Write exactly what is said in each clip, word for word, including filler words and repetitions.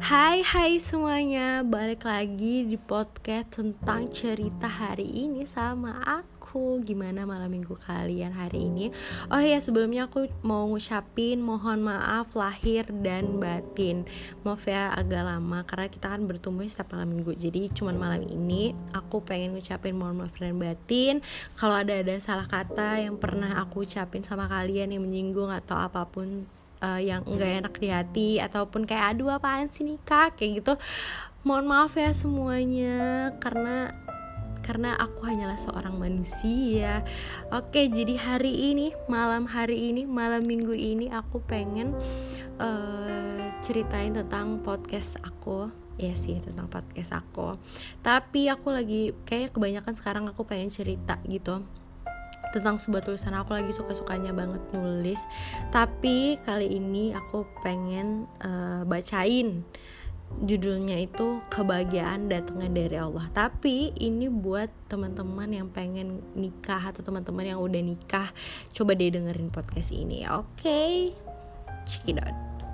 Hai hai semuanya, balik lagi di podcast tentang cerita hari ini sama aku. Gimana malam minggu kalian hari ini? Oh ya, sebelumnya aku mau ngucapin mohon maaf lahir dan batin. Maaf ya agak lama karena kita kan bertumbuh setiap malam minggu. Jadi cuman malam ini aku pengen ngucapin mohon maaf dan batin. Kalau ada-ada salah kata yang pernah aku ucapin sama kalian yang menyinggung atau apapun Uh, yang enggak enak di hati ataupun kayak aduh apaan sih nikah kayak gitu, mohon maaf ya semuanya karena karena aku hanyalah seorang manusia. Oke, jadi hari ini malam hari ini malam minggu ini aku pengen uh, ceritain tentang podcast aku. Ya sih, tentang podcast aku. Tapi aku lagi kayak kebanyakan sekarang aku pengen cerita gitu tentang sebuah tulisan. Aku lagi suka-sukanya banget nulis, tapi kali ini aku pengen uh, bacain judulnya itu kebahagiaan datangnya dari Allah. Tapi ini buat teman-teman yang pengen nikah atau teman-teman yang udah nikah, coba deh dengerin podcast ini. Oke, okay? Check it out.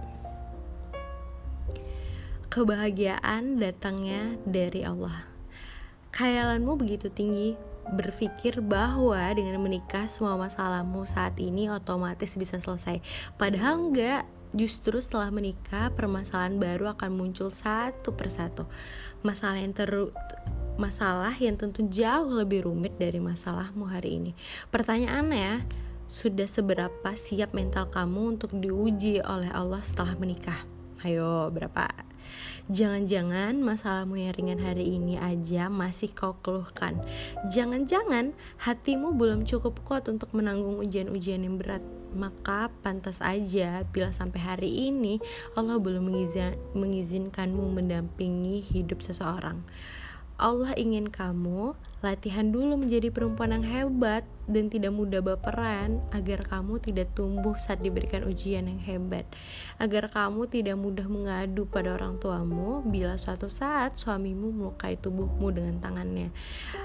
Kebahagiaan datangnya dari Allah. Khayalanmu begitu tinggi, berpikir bahwa dengan menikah semua masalahmu saat ini otomatis bisa selesai. Padahal enggak, justru setelah menikah permasalahan baru akan muncul satu persatu. Masalah yang teru masalah yang tentu jauh lebih rumit dari masalahmu hari ini. Pertanyaannya, sudah seberapa siap mental kamu untuk diuji oleh Allah setelah menikah? Ayo, berapa? Jangan-jangan masalahmu yang ringan hari ini aja masih kau keluhkan. Jangan-jangan hatimu belum cukup kuat untuk menanggung ujian-ujian yang berat. Maka pantas aja bila sampai hari ini Allah belum mengizin, mengizinkanmu mendampingi hidup seseorang. Allah ingin kamu latihan dulu menjadi perempuan yang hebat dan tidak mudah baperan, agar kamu tidak tumbuh saat diberikan ujian yang hebat, agar kamu tidak mudah mengadu pada orang tuamu bila suatu saat suamimu melukai tubuhmu dengan tangannya,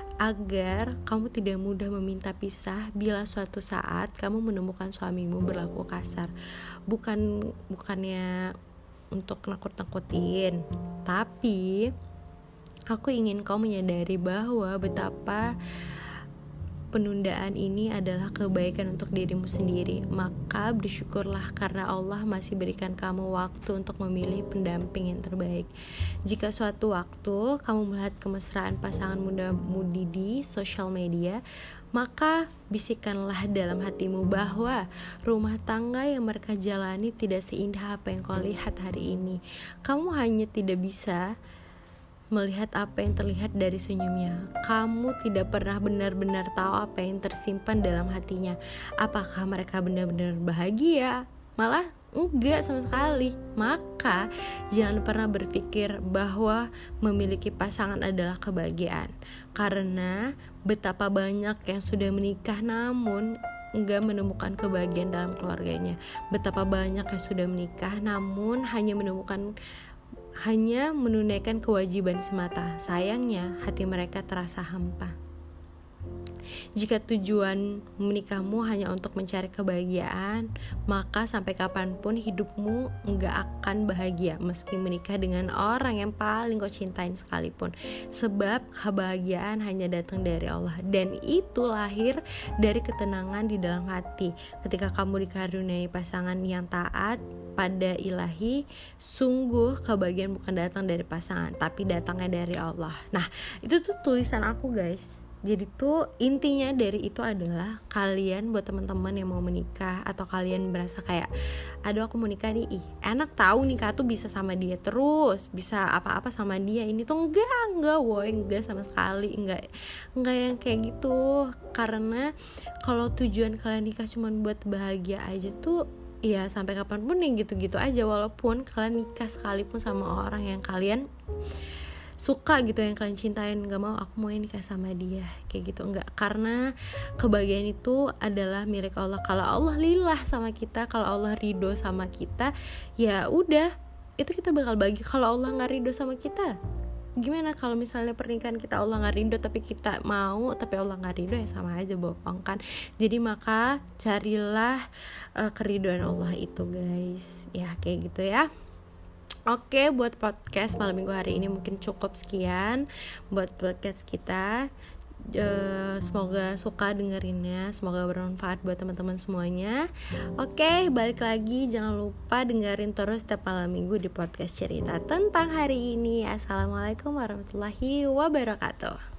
agar kamu tidak mudah meminta pisah bila suatu saat kamu menemukan suamimu berlaku kasar. Bukan bukannya untuk nakut-nakutin, tapi aku ingin kau menyadari bahwa betapa penundaan ini adalah kebaikan untuk dirimu sendiri. Maka bersyukurlah karena Allah masih berikan kamu waktu untuk memilih pendamping yang terbaik. Jika suatu waktu kamu melihat kemesraan pasangan muda-mudi di sosial media, maka bisikanlah dalam hatimu bahwa rumah tangga yang mereka jalani tidak seindah apa yang kau lihat hari ini. Kamu hanya tidak bisa melihat apa yang terlihat dari senyumnya. Kamu tidak pernah benar-benar tahu apa yang tersimpan dalam hatinya. Apakah mereka benar-benar bahagia? Malah enggak sama sekali. Maka jangan pernah berpikir bahwa memiliki pasangan adalah kebahagiaan, karena betapa banyak yang sudah menikah namun enggak menemukan kebahagiaan dalam keluarganya. Betapa banyak yang sudah menikah namun hanya menemukan hanya menunaikan kewajiban semata. Sayangnya hati mereka terasa hampa. Jika tujuan menikahmu hanya untuk mencari kebahagiaan, maka sampai kapanpun hidupmu enggak akan bahagia meski menikah dengan orang yang paling kau cintain sekalipun. Sebab kebahagiaan hanya datang dari Allah, dan itu lahir dari ketenangan di dalam hati. Ketika kamu dikaruniai pasangan yang taat pada ilahi, sungguh kebahagiaan bukan datang dari pasangan, tapi datangnya dari Allah. Nah, itu tuh tulisan aku, guys. Jadi tuh intinya dari itu adalah kalian buat teman-teman yang mau menikah atau kalian berasa kayak aduh aku mau nikah nih, ih enak tahu nikah tuh bisa sama dia terus, bisa apa-apa sama dia. Ini tuh enggak, enggak woy, enggak sama sekali, enggak enggak yang kayak gitu. Karena kalau tujuan kalian nikah cuma buat bahagia aja tuh ya sampai kapanpun yang gitu-gitu aja. Walaupun kalian nikah sekalipun sama orang yang kalian suka gitu, yang kalian cintain, gak mau aku mau nikah sama dia kayak gitu, enggak. Karena kebahagiaan itu adalah milik Allah. Kalau Allah lillah sama kita, kalau Allah ridho sama kita, ya udah itu kita bakal bagi. Kalau Allah nggak ridho sama kita, gimana kalau misalnya pernikahan kita Allah nggak ridho tapi kita mau, tapi Allah nggak ridho, ya sama aja bohong kan. Jadi maka carilah uh, keridhoan Allah itu, guys, ya kayak gitu ya. Oke, buat podcast malam minggu hari ini mungkin cukup sekian buat podcast kita. Uh, semoga suka dengerinnya, semoga bermanfaat buat teman-teman semuanya. Oke, balik lagi, jangan lupa dengerin terus setiap malam minggu di podcast cerita tentang hari ini. Assalamualaikum warahmatullahi wabarakatuh.